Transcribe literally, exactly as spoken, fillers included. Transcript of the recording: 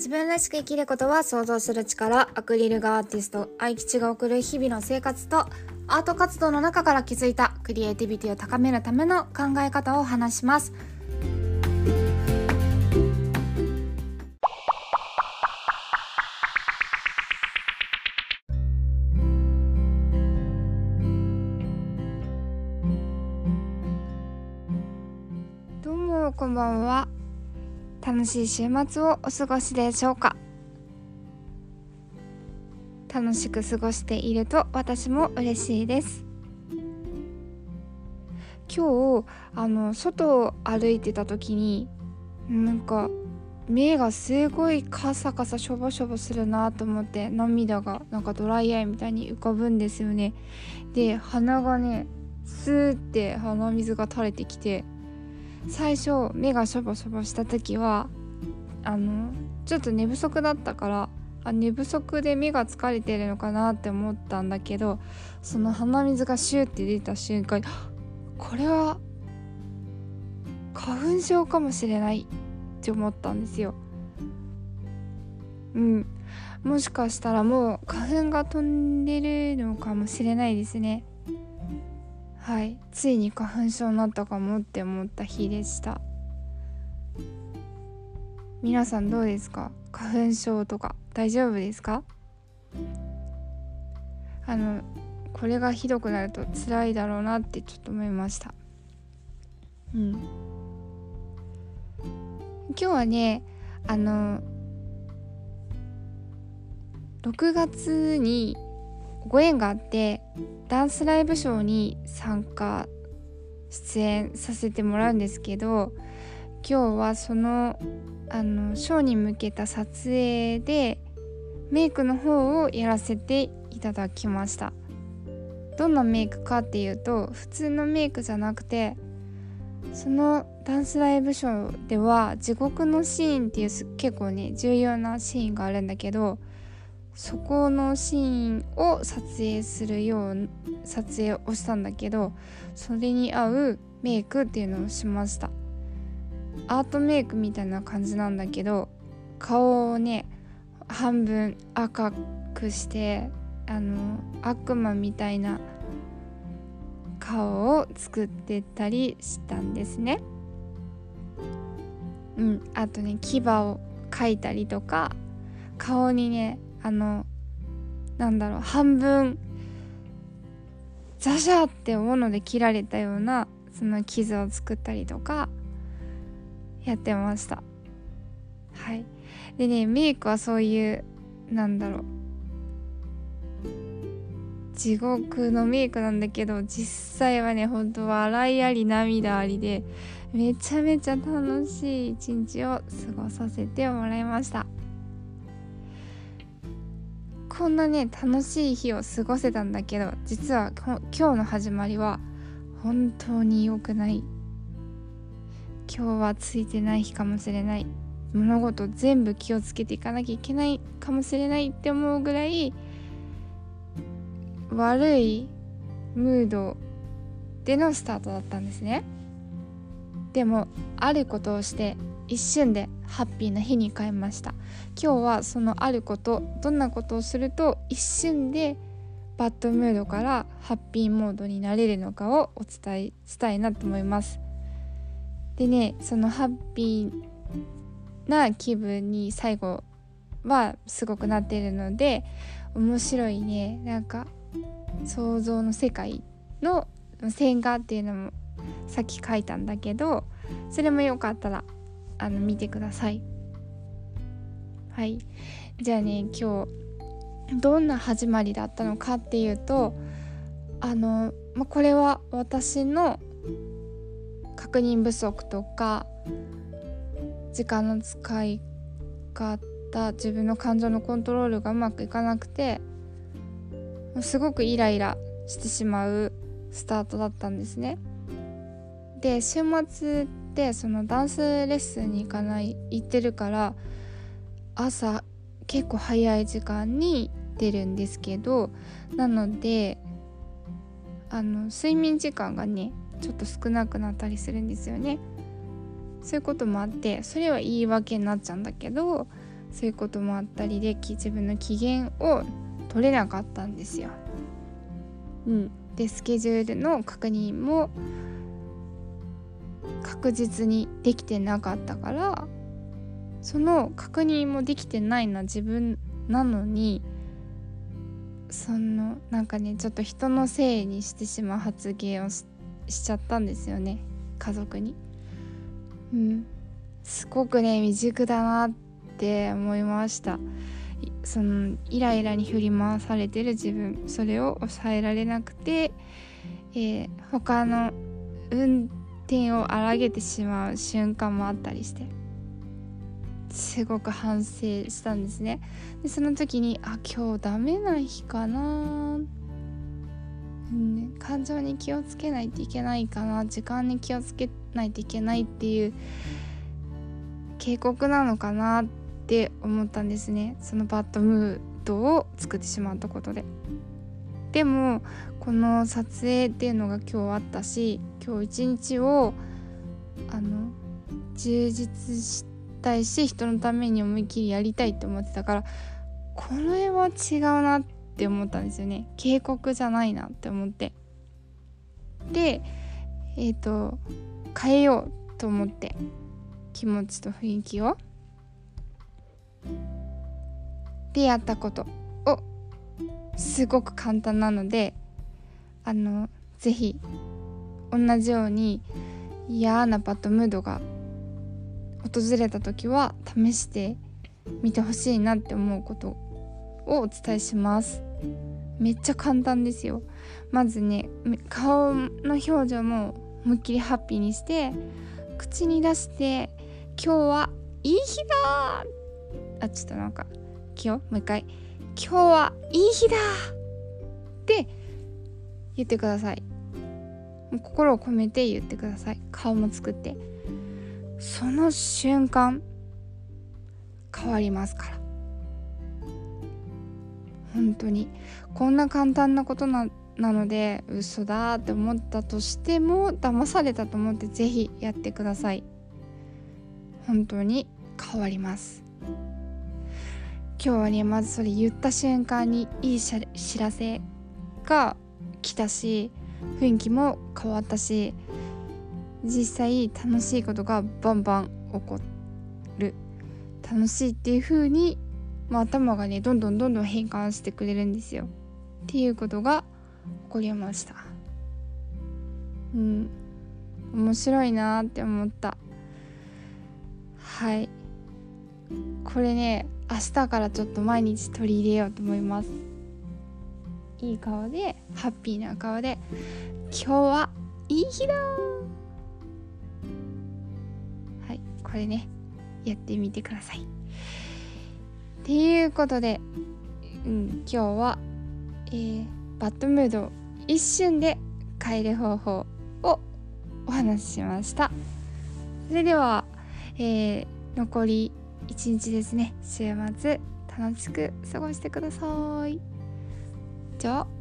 自分らしく生きることは想像する力。アクリル画アーティスト愛吉が送る日々の生活とアート活動の中から気づいたクリエイティビティを高めるための考え方を話します。どうもこんばんは。楽しい週末をお過ごしでしょうか。楽しく過ごしていると私も嬉しいです。今日あの外を歩いてた時になんか目がすごいカサカサしょぼしょぼするなと思って、涙がなんかドライアイみたいに浮かぶんですよね。で鼻がねスーって鼻水が垂れてきて、最初目がしょぼしょぼした時はあのちょっと寝不足だったからあ寝不足で目が疲れてるのかなって思ったんだけど、その鼻水がシューって出た瞬間、これは花粉症かもしれないって思ったんですよ。うんもしかしたらもう花粉が飛んでるのかもしれないですね。はい、ついに花粉症になったかもって思った日でした。皆さんどうですか？花粉症とか大丈夫ですか？あのこれがひどくなると辛いだろうなってちょっと思いました。うん今日はねあのろくがつにご縁があってダンスライブショーに参加出演させてもらうんですけど、今日はそのあのショーに向けた撮影でメイクの方をやらせていただきました。どんなメイクかっていうと、普通のメイクじゃなくて、そのダンスライブショーでは地獄のシーンっていう結構ね重要なシーンがあるんだけど、そこのシーンを撮影するよう撮影をしたんだけど、それに合うメイクっていうのをしました。アートメイクみたいな感じなんだけど、顔をね半分赤くしてあの悪魔みたいな顔を作ってたりしたんですね。うんあとね牙を描いたりとか、顔にねあのなんだろう半分ザシャーって斧で切られたようなその傷を作ったりとかやってました。はいでねメイクはそういうなんだろう地獄のメイクなんだけど、実際はね本当は笑いあり涙ありでめちゃめちゃ楽しい一日を過ごさせてもらいました。こんなね楽しい日を過ごせたんだけど、実は今日の始まりは本当に良くない。今日はついてない日かもしれない。物事全部気をつけていかなきゃいけないかもしれないって思うぐらい悪いムードでのスタートだったんですね。でもあることをして一瞬でハッピーな日に変えました。今日はそのあること、どんなことをすると一瞬でバッドムードからハッピーモードになれるのかをお伝えしたいなと思います。でねそのハッピーな気分に最後はすごくなっているので、面白いねなんか想像の世界の線画っていうのもさっき書いたんだけど、それもよかったらあの見てください。はいじゃあね今日どんな始まりだったのかっていうと、あの、まあ、これは私の確認不足とか時間の使い方、自分の感情のコントロールがうまくいかなくてすごくイライラしてしまうスタートだったんですね。で週末でそのダンスレッスンに行かない行ってるから朝結構早い時間に出るんですけど、なのであの睡眠時間がねちょっと少なくなったりするんですよね。そういうこともあって、それは言い訳になっちゃうんだけど、 そういうこともあったりで自分の機嫌を取れなかったんですよ。うん、でスケジュールの確認も確実にできてなかったから、その確認もできてないのは自分なのに、そのなんかねちょっと人のせいにしてしまう発言を し, しちゃったんですよね、家族に。うん、すごくね未熟だなって思いました。そのイライラに振り回されてる自分、それを抑えられなくて、えー、他の運転を荒げてしまう瞬間もあったりして、すごく反省したんですね。でその時にあ今日ダメな日かな、うんね、感情に気をつけないといけないかな、時間に気をつけないといけないっていう警告なのかなって思ったんですね。そのバッドムードを作ってしまったことで。でもこの撮影っていうのが今日あったし、今日一日をあの充実したいし、人のために思いっきりやりたいって思ってたから、これは違うなって思ったんですよね。警告じゃないなって思って、でえっと変えようと思って、気持ちと雰囲気をでやったことをすごく簡単なので、あのぜひ同じように嫌なバッドムードが訪れた時は試してみてほしいなって思うことをお伝えします。めっちゃ簡単ですよ。まずね、顔の表情も思いっきりハッピーにして、口に出して今日はいい日だー、あちょっとなんか今日もう一回今日はいい日だって言ってください。もう心を込めて言ってください。顔も作って、その瞬間変わりますから。本当にこんな簡単なことななので、嘘だって思ったとしても騙されたと思ってぜひやってください。本当に変わります。今日はね、まずそれ言った瞬間にいい知らせが来たし、雰囲気も変わったし、実際楽しいことがバンバン起こる、楽しいっていう風に、まあ、頭がねどんどんどんどん変換してくれるんですよっていうことが起こりました。うん、面白いなって思った。はい、これね明日からちょっと毎日取り入れようと思います。いい顔でハッピーな顔で今日はいい日だー、はい、これねやってみてください。っていうことで、うん、今日は、えー、バッドムードを一瞬で変える方法をお話ししました。それでは、えー、残り一日ですね、週末楽しく過ごしてください。じゃあ